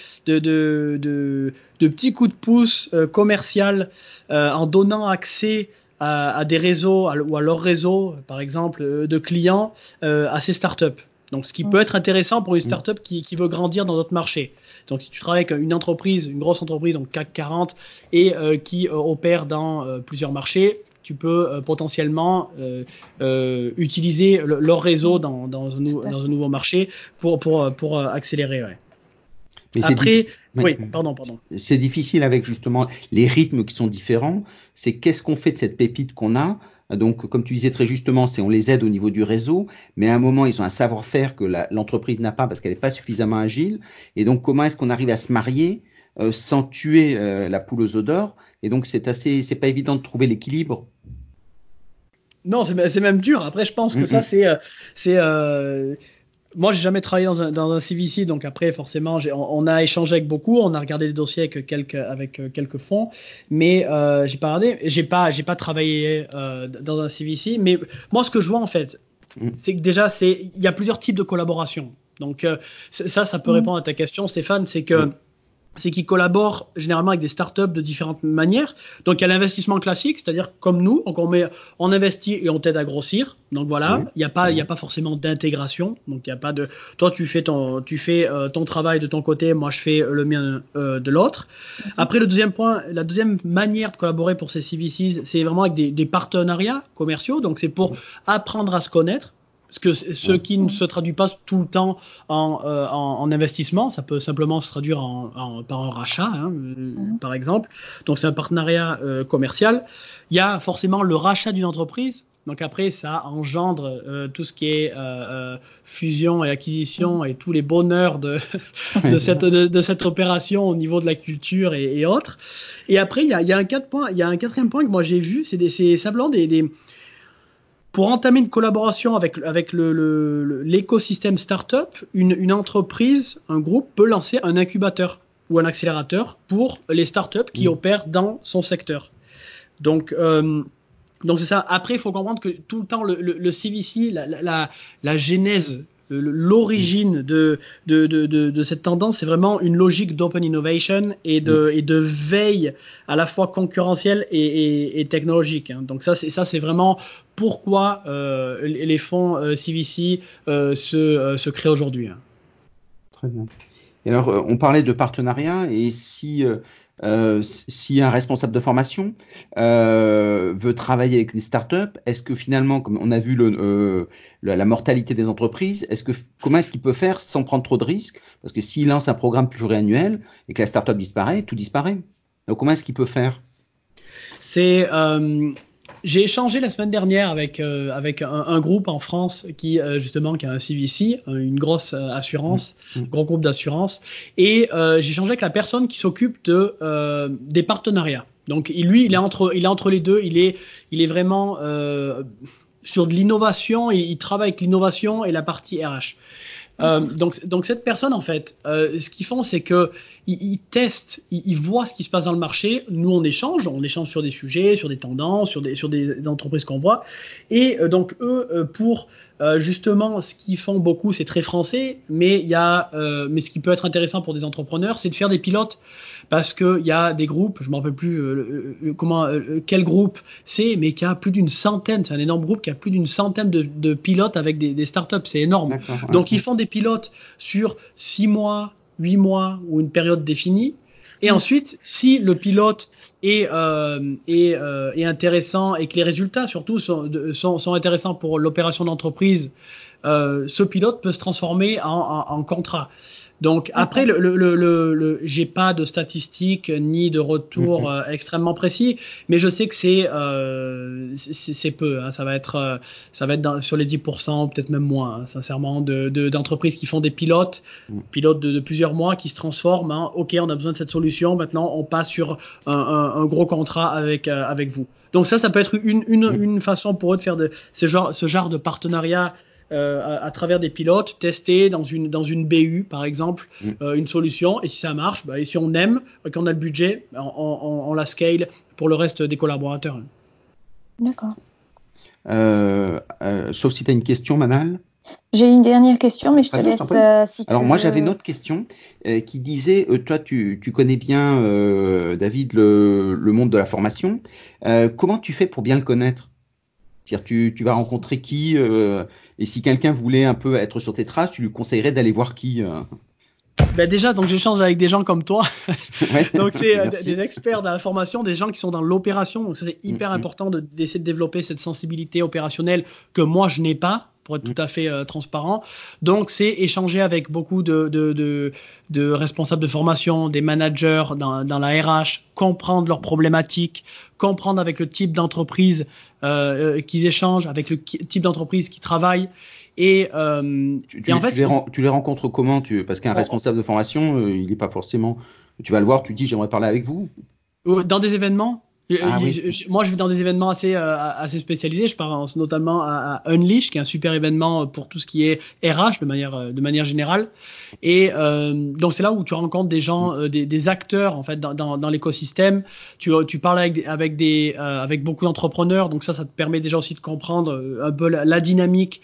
petit coup de pouce commercial en donnant accès à des réseaux ou à leur réseau, par exemple, de clients à ces startups. Donc, ce qui peut être intéressant pour une startup qui veut grandir dans notre marché. Donc, si tu travailles avec une entreprise, une grosse entreprise, donc CAC 40, et qui opère dans plusieurs marchés, tu peux potentiellement utiliser leur réseau dans un nouveau marché pour accélérer. Ouais. Mais Après, oui, pardon. C'est difficile avec justement les rythmes qui sont différents. C'est qu'est-ce qu'on fait de cette pépite qu'on a? Donc, comme tu disais très justement, c'est on les aide au niveau du réseau, mais à un moment, ils ont un savoir-faire que l'entreprise n'a pas parce qu'elle n'est pas suffisamment agile. Et donc, comment est-ce qu'on arrive à se marier sans tuer la poule aux œufs d'or? Et donc, c'est pas évident de trouver l'équilibre. Non, c'est même dur. Après, je pense que ça, moi, j'ai jamais travaillé dans un CVC, donc après, forcément, on a échangé avec beaucoup, on a regardé des dossiers avec quelques fonds, mais j'ai pas regardé, j'ai pas travaillé dans un CVC. Mais moi, ce que je vois en fait, c'est que déjà, il y a plusieurs types de collaboration. Donc ça peut répondre à ta question, Stéphane, c'est que c'est qu'ils collaborent généralement avec des startups de différentes manières. Donc, il y a l'investissement classique, c'est-à-dire comme nous, donc on investit et on t'aide à grossir. Donc voilà, il n'y a pas forcément d'intégration. Donc, il n'y a pas de, toi, tu fais ton travail de ton côté, moi, je fais le mien de l'autre. Après, le deuxième point, la deuxième manière de collaborer pour ces CVCs, c'est vraiment avec des partenariats commerciaux. Donc, c'est pour apprendre à se connaître. Parce que ce qui ne se traduit pas tout le temps en investissement, ça peut simplement se traduire par un rachat, par exemple. Donc c'est un partenariat commercial. Il y a forcément le rachat d'une entreprise. Donc après, ça engendre tout ce qui est fusion et acquisition et tous les bonheurs de cette opération au niveau de la culture et autres. Et après, il y a un quatrième point que moi j'ai vu, c'est simplement pour entamer une collaboration avec l'écosystème startup, une entreprise, un groupe peut lancer un incubateur ou un accélérateur pour les startups qui opèrent dans son secteur. Donc c'est ça. Après, il faut comprendre que tout le temps, le CVC, la genèse, l'origine de cette tendance, c'est vraiment une logique d'open innovation et de veille à la fois concurrentielle et technologique. Donc ça, c'est vraiment pourquoi les fonds CVC se créent aujourd'hui. Très bien. Et alors, on parlait de partenariat, et si un responsable de formation veut travailler avec des startups, est-ce que finalement, comme on a vu la mortalité des entreprises, comment est-ce qu'il peut faire sans prendre trop de risques? Parce que s'il lance un programme pluriannuel et que la startup disparaît, tout disparaît. Donc, comment est-ce qu'il peut faire? J'ai échangé la semaine dernière avec un groupe en France justement qui a un CVC, une grosse assurance, gros groupe d'assurance, et j'ai échangé avec la personne qui s'occupe des partenariats. Donc lui, il est entre les deux. Il est vraiment sur de l'innovation, et il travaille avec l'innovation et la partie RH. Donc cette personne, en fait, ce qu'ils font, c'est que ils testent, ils voient ce qui se passe dans le marché. Nous, on échange sur des sujets, sur des tendances, sur des entreprises qu'on voit. Et donc eux, pour justement, ce qu'ils font beaucoup, c'est très français, mais mais ce qui peut être intéressant pour des entrepreneurs, c'est de faire des pilotes. Parce qu'il y a des groupes, je ne me rappelle plus quel groupe c'est, mais qui a plus d'une centaine, c'est un énorme groupe qui a plus d'une centaine de pilotes avec des startups, c'est énorme. Donc ils font des pilotes sur 6 mois, 8 mois ou une période définie. Et ensuite, si le pilote est intéressant et que les résultats surtout sont intéressants pour l'opération d'entreprise, ce pilote peut se transformer en contrat. Donc après, j'ai pas de statistiques ni de retours extrêmement précis, mais je sais que c'est peu. Ça va être sur les 10%, peut-être même moins, sincèrement, d'entreprises qui font des pilotes de plusieurs mois qui se transforment. Ok, on a besoin de cette solution. Maintenant, on passe sur un gros contrat avec vous. Donc ça peut être une façon pour eux de faire ce genre de partenariat. À travers des pilotes, tester dans une BU, par exemple, une solution. Et si ça marche, et si on aime, et qu'on a le budget, on la scale pour le reste des collaborateurs. D'accord. Sauf si tu as une question, Manal. J'ai une dernière question, mais je te laisse si Alors tu moi, veux. j'avais une autre question qui disait, toi, tu connais bien, David, le monde de la formation. Comment tu fais pour bien le connaître? C'est-à-dire, tu vas rencontrer qui et si quelqu'un voulait un peu être sur tes traces, tu lui conseillerais d'aller voir qui Déjà, donc j'échange avec des gens comme toi. Ouais, donc c'est des experts dans la formation, des gens qui sont dans l'opération. Donc ça, c'est hyper important d'essayer de développer cette sensibilité opérationnelle que moi je n'ai pas, pour être tout à fait transparent. Donc c'est échanger avec beaucoup de responsables de formation, des managers dans la RH, comprendre leurs problématiques, comprendre avec le type d'entreprise qu'ils échangent, avec le type d'entreprise qui travaillent. Et en fait, tu les rencontres comment parce qu'un responsable de formation, il n'est pas forcément. Tu vas le voir, tu dis j'aimerais parler avec vous. Dans des événements, Ah oui. Moi, je vais dans des événements assez spécialisés. Je pense notamment à Unleash, qui est un super événement pour tout ce qui est RH de manière générale. Et donc, c'est là où tu rencontres des gens, des acteurs en fait dans l'écosystème. Tu parles avec beaucoup d'entrepreneurs. Donc ça te permet déjà aussi de comprendre un peu la dynamique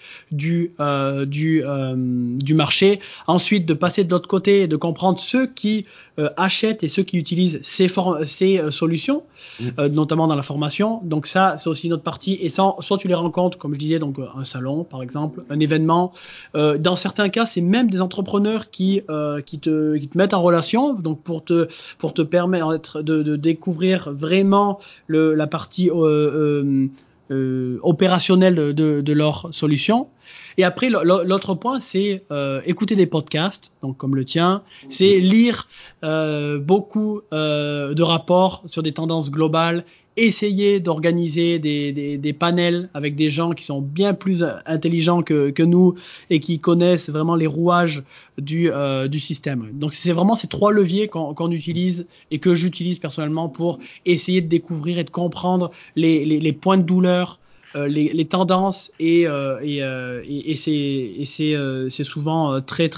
du marché. Ensuite, de passer de l'autre côté et de comprendre ceux qui achètent et ceux qui utilisent ces solutions, notamment dans la formation. Donc ça, c'est aussi une autre partie. Et ça, soit tu les rencontres, comme je disais, donc un salon, par exemple, un événement. Dans certains cas, c'est même des entrepreneurs qui te mettent en relation, donc pour te permettre de découvrir vraiment la partie opérationnelle de leur solution. Et après, l'autre point, c'est écouter des podcasts, donc comme le tien, c'est lire beaucoup de rapports sur des tendances globales, essayer d'organiser des panels avec des gens qui sont bien plus intelligents que nous et qui connaissent vraiment les rouages du système. Donc c'est vraiment ces trois leviers qu'on utilise et que j'utilise personnellement pour essayer de découvrir et de comprendre les points de douleur, les tendances et c'est souvent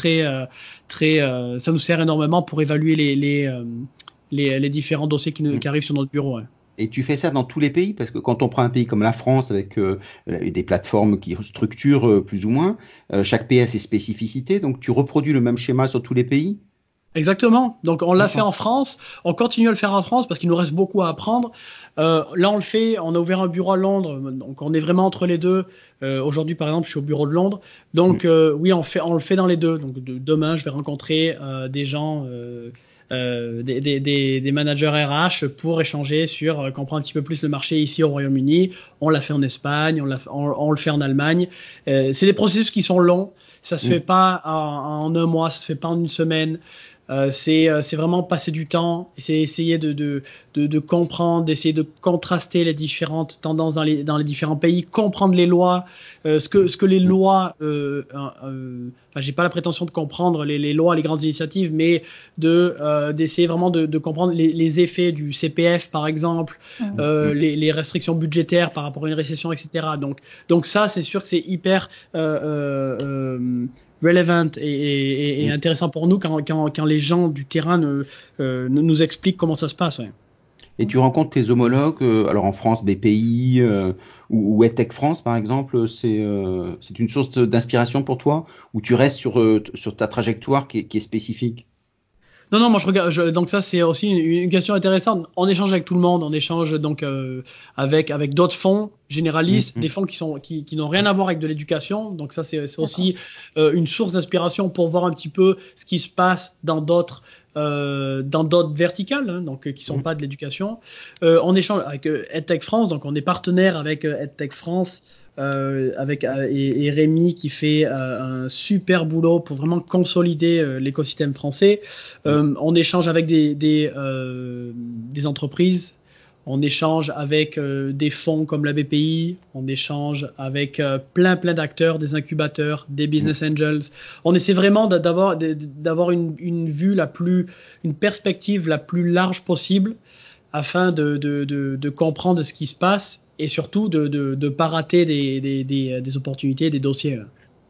ça nous sert énormément pour évaluer les différents dossiers qui arrivent sur notre bureau. Ouais. Et tu fais ça dans tous les pays, parce que quand on prend un pays comme la France, avec des plateformes qui structurent plus ou moins, chaque pays a ses spécificités, donc tu reproduis le même schéma sur tous les pays? Exactement. Donc, on l'a fait D'accord. en France. On continue à le faire en France parce qu'il nous reste beaucoup à apprendre. Là, on le fait. On a ouvert un bureau à Londres. Donc, on est vraiment entre les deux. Aujourd'hui, par exemple, je suis au bureau de Londres. Donc, oui, on le fait dans les deux. Donc, demain, je vais rencontrer des gens, des managers RH pour échanger sur comprendre un petit peu plus le marché ici au Royaume-Uni. On l'a fait en Espagne. On le fait en Allemagne. C'est des processus qui sont longs. Ça se fait pas en un mois. Ça se fait pas en une semaine. C'est vraiment passer du temps, c'est essayer de comprendre, d'essayer de contraster les différentes tendances dans les différents pays, comprendre les lois, ce que les lois, enfin, j'ai pas la prétention de comprendre les lois, les grandes initiatives, mais d'essayer vraiment de comprendre les effets du CPF, par exemple, les restrictions budgétaires par rapport à une récession, etc. Donc ça, c'est sûr que c'est hyper relevant et intéressant pour nous quand les gens du terrain nous expliquent comment ça se passe. Ouais. Et tu rencontres tes homologues, alors en France, BPI ou EdTech France, par exemple, c'est une source d'inspiration pour toi, ou tu restes sur ta trajectoire qui est spécifique? Non, moi je regarde. Donc ça c'est aussi une question intéressante. On échange avec tout le monde, on échange donc avec d'autres fonds généralistes, des fonds qui n'ont rien à voir avec de l'éducation. Donc ça c'est aussi une source d'inspiration pour voir un petit peu ce qui se passe dans d'autres verticales, hein, donc qui sont pas de l'éducation. On échange avec EdTech France, donc on est partenaire avec EdTech France. Et Rémi qui fait un super boulot pour vraiment consolider l'écosystème français. On échange avec des entreprises, on échange avec des fonds comme la BPI, on échange avec plein d'acteurs, des incubateurs, des business angels. On essaie vraiment d'avoir une vue une perspective la plus large possible afin de comprendre ce qui se passe et surtout de ne pas rater des opportunités, des dossiers.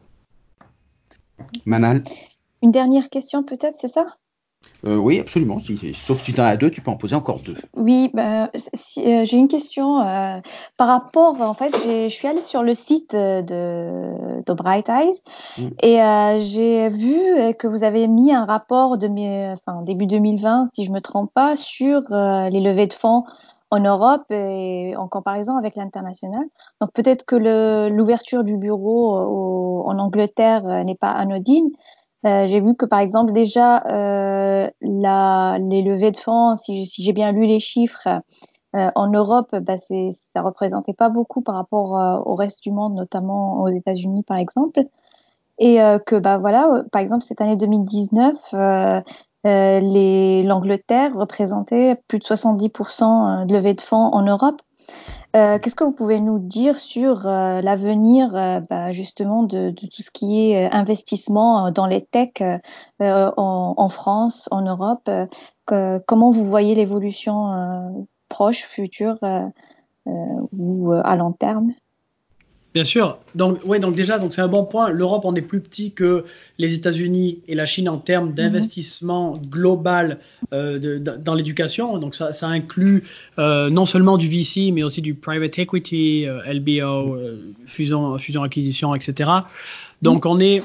Manal? Une dernière question peut-être, c'est ça? Oui, absolument. Sauf si tu en as deux, tu peux en poser encore deux. Oui, j'ai une question par rapport, en fait, je suis allée sur le site de Bright Eyes Mm. et j'ai vu que vous avez mis un rapport début 2020, si je me trompe pas, sur les levées de fonds en Europe et en comparaison avec l'international. Donc peut-être que l'ouverture du bureau en Angleterre n'est pas anodine. J'ai vu que par exemple déjà les levées de fonds, si j'ai bien lu les chiffres, en Europe, ça représentait pas beaucoup par rapport au reste du monde, notamment aux États-Unis par exemple. Et que bah voilà, par exemple cette année 2019, l'Angleterre représentait plus de 70% de levée de fonds en Europe. Qu'est-ce que vous pouvez nous dire sur l'avenir justement de tout ce qui est investissement dans les techs en France, en Europe comment vous voyez l'évolution proche, futur ou à long terme? Bien sûr. Donc, ouais, donc déjà, donc c'est un bon point. L'Europe, on est plus petit que les États-Unis et la Chine en termes d'investissement global dans l'éducation. Donc, ça inclut non seulement du VC, mais aussi du private equity, LBO, fusion-acquisition, etc. Donc, on est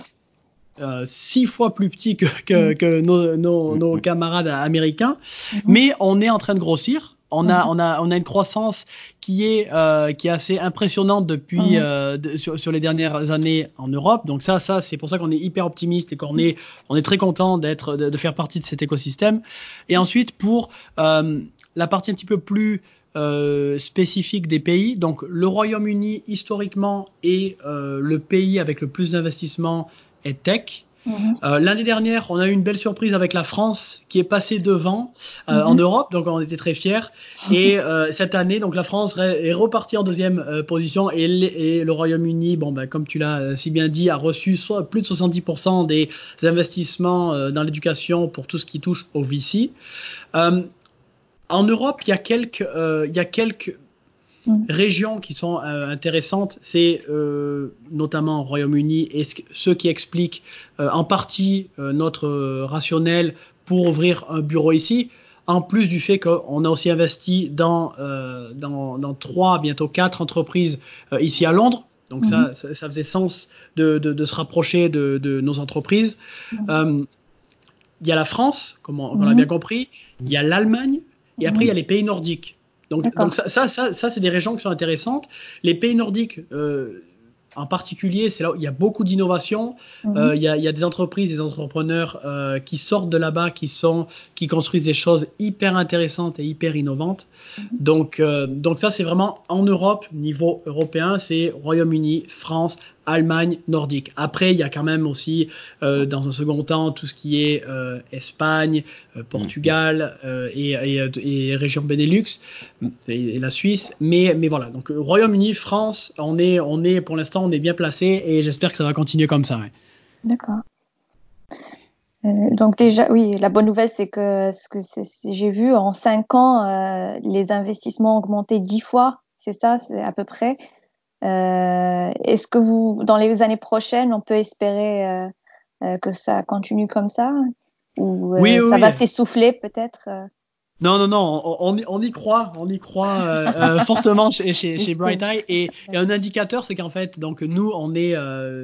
6 fois plus petit que nos camarades américains, mais on est en train de grossir. On a une croissance qui est assez impressionnante depuis sur les dernières années en Europe. Donc ça c'est pour ça qu'on est hyper optimiste et on est très content de faire partie de cet écosystème. Et ensuite pour la partie un petit peu plus spécifique des pays. Donc le Royaume-Uni historiquement est le pays avec le plus d'investissements EdTech. L'année dernière, on a eu une belle surprise avec la France qui est passée devant en Europe, donc on était très fiers. Et cette année, donc la France est repartie en deuxième position et le Royaume-Uni, comme tu l'as si bien dit, a reçu plus de 70% des investissements dans l'éducation pour tout ce qui touche au VC. En Europe, il y a quelques régions qui sont intéressantes, c'est notamment au Royaume-Uni et ce qui explique en partie notre rationnel pour ouvrir un bureau ici, en plus du fait qu'on a aussi investi dans 3, bientôt 4 entreprises ici à Londres. Donc ça faisait sens de se rapprocher de nos entreprises. Il y a la France, comme on l'a bien compris, il y a l'Allemagne, et après il y a les pays nordiques. Donc ça c'est des régions qui sont intéressantes. Les pays nordiques, en particulier, c'est là où il y a beaucoup d'innovation. Il y a des entreprises, des entrepreneurs qui sortent de là-bas, qui construisent des choses hyper intéressantes et hyper innovantes. Donc ça, c'est vraiment en Europe, niveau européen, c'est Royaume-Uni, France, Allemagne, Nordique. Après, il y a quand même aussi, dans un second temps, tout ce qui est Espagne, Portugal et région Benelux et la Suisse. Mais voilà, donc Royaume-Uni, France, on est pour l'instant, on est bien placé et j'espère que ça va continuer comme ça. Ouais. D'accord. Donc déjà, oui, la bonne nouvelle, c'est que j'ai vu en 5 ans, les investissements ont augmenté 10 fois. C'est ça, c'est à peu près. Est-ce que dans les années prochaines, on peut espérer que ça continue comme ça? Ou Oui. va s'essouffler peut-être? Non, on y croit fortement chez Bright Eye et un indicateur, c'est qu'en fait, donc nous, on est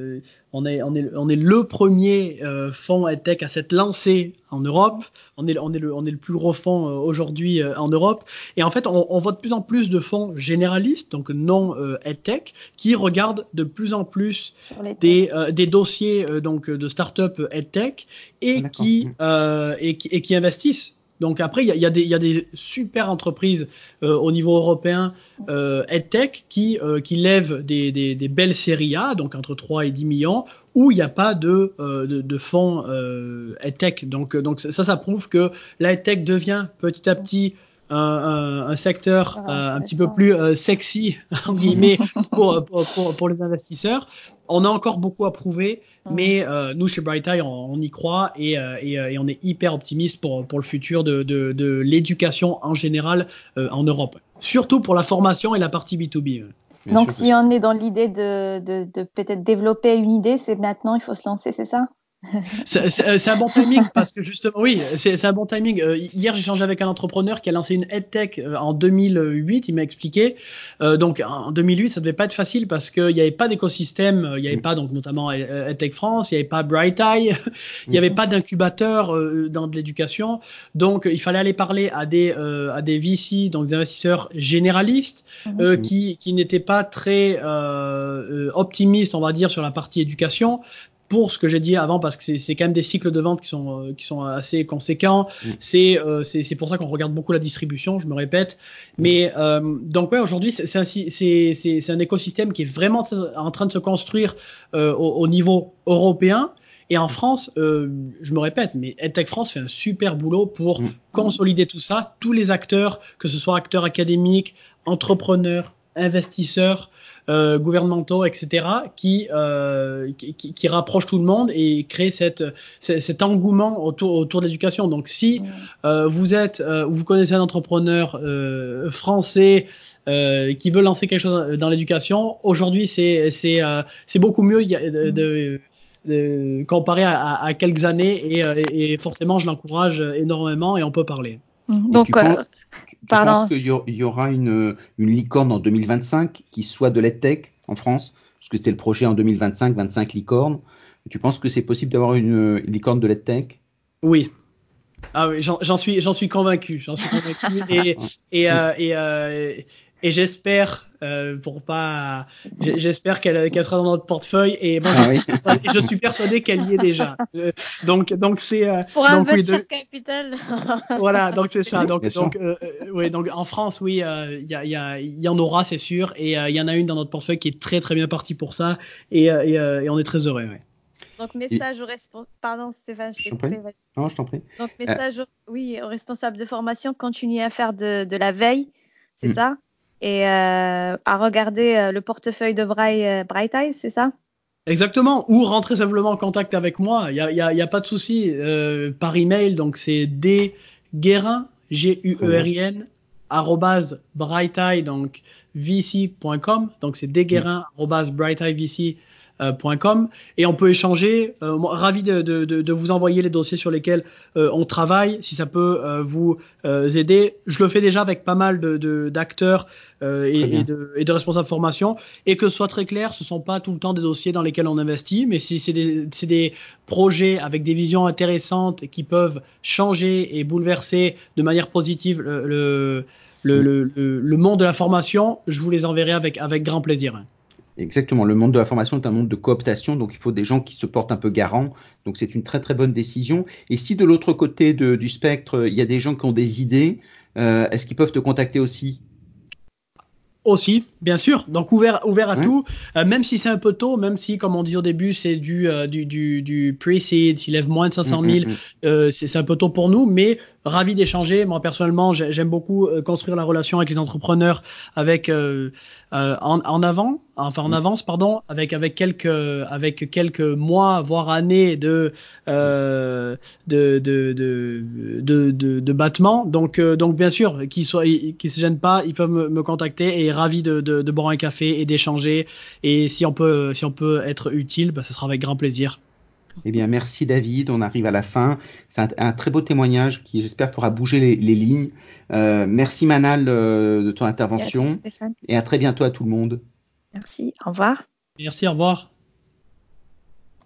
le premier fonds EdTech à s'être lancé en Europe. On est le plus gros fonds aujourd'hui en Europe. Et en fait, on voit de plus en plus de fonds généralistes, donc non EdTech, qui regardent de plus en plus des dossiers donc de start-up EdTech et qui investissent. Donc après, il y a des super entreprises au niveau européen EdTech qui lèvent des belles séries A, donc entre 3 et 10 millions, où il n'y a pas de fonds EdTech. Donc ça prouve que la EdTech devient petit à petit un secteur un petit peu plus sexy, en guillemets, pour les investisseurs. On a encore beaucoup à prouver, mais nous, chez Bright Eye, on y croit et on est hyper optimiste pour le futur de l'éducation en général en Europe. Surtout pour la formation et la partie B2B. Donc, si on est dans l'idée de peut-être développer une idée, c'est maintenant, il faut se lancer, c'est ça? C'est un bon timing parce que justement, oui, c'est un bon timing. Hier, j'ai échangé avec un entrepreneur qui a lancé une EdTech en 2008. Il m'a expliqué. Donc, en 2008, ça devait pas être facile parce qu'il n'y avait pas d'écosystème. Il n'y avait pas, donc, notamment EdTech France. Il n'y avait pas Bright Eye. Il n'y avait pas d'incubateur dans de l'éducation. Donc, il fallait aller parler à des VC, donc des investisseurs généralistes, qui n'étaient pas très optimistes, on va dire, sur la partie éducation. Pour ce que j'ai dit avant, parce que c'est quand même des cycles de vente qui sont assez conséquents. C'est pour ça qu'on regarde beaucoup la distribution, je me répète. Mais donc ouais, aujourd'hui, c'est un écosystème qui est vraiment en train de se construire au niveau européen. Et en France, je me répète, mais EdTech France fait un super boulot pour consolider tout ça. Tous les acteurs, que ce soit acteurs académiques, entrepreneurs, investisseurs gouvernementaux, etc., qui rapprochent tout le monde et créent cet engouement autour de l'éducation. Donc, si vous connaissez un entrepreneur français qui veut lancer quelque chose dans l'éducation, aujourd'hui, c'est beaucoup mieux comparé à quelques années et forcément, je l'encourage énormément et on peut parler. Donc, tu penses qu'il y aura une licorne en 2025 qui soit de l'EdTech en France? Parce que c'était le projet en 2025, 25 licornes. Tu penses que c'est possible d'avoir une licorne de l'EdTech? Oui. Ah oui, j'en suis convaincu. J'en suis convaincu et j'espère j'espère qu'elle sera dans notre portefeuille et moi je suis persuadé qu'elle y est déjà. Donc c'est pour un venture capital. Voilà, donc c'est ça. Donc en France, oui, il y en aura, c'est sûr, et il y en a une dans notre portefeuille qui est très très bien partie pour ça et on est très heureux. Ouais. Donc, message Pardon, Stéphane, je t'ai coupé. Non, je t'en prie. Donc, message aux responsables de formation, continuez à faire de la veille, c'est ça? Et à regarder le portefeuille de Bright Eyes, c'est ça? Exactement. Ou rentrer simplement en contact avec moi. Il y a pas de souci. Par email, donc c'est dguerin, GUERIN, @brighteye, donc vc.com. Donc c'est dguerin, @brighteyevc.com et on peut échanger. Ravi de vous envoyer les dossiers sur lesquels on travaille, si ça peut vous aider. Je le fais déjà avec pas mal d'acteurs et de responsables formation. Et que ce soit très clair, ce ne sont pas tout le temps des dossiers dans lesquels on investit, mais si c'est des projets avec des visions intéressantes qui peuvent changer et bouleverser de manière positive le monde de la formation, je vous les enverrai avec grand plaisir. Exactement. Le monde de la formation est un monde de cooptation, donc il faut des gens qui se portent un peu garants. Donc c'est une très très bonne décision. Et si de l'autre côté du spectre, il y a des gens qui ont des idées, est-ce qu'ils peuvent te contacter aussi? Aussi, bien sûr. Donc ouvert à tout, même si c'est un peu tôt, même si, comme on dit au début, c'est du pre-seed, s'il lève moins de 500 000, c'est un peu tôt pour nous, mais ravi d'échanger. Moi, personnellement, j'aime beaucoup construire la relation avec les entrepreneurs en avance, pardon, avec quelques mois, voire années de battement. Donc bien sûr, qu'ils se gênent pas, ils peuvent me contacter et ravi de boire un café et d'échanger. Et si on peut être utile, ce sera avec grand plaisir. Eh bien, merci David. On arrive à la fin. C'est un très beau témoignage qui, j'espère, fera bouger les lignes. Merci Manal de ton intervention. Merci, Stéphane. Et à très bientôt à tout le monde. Merci. Au revoir. Merci, au revoir.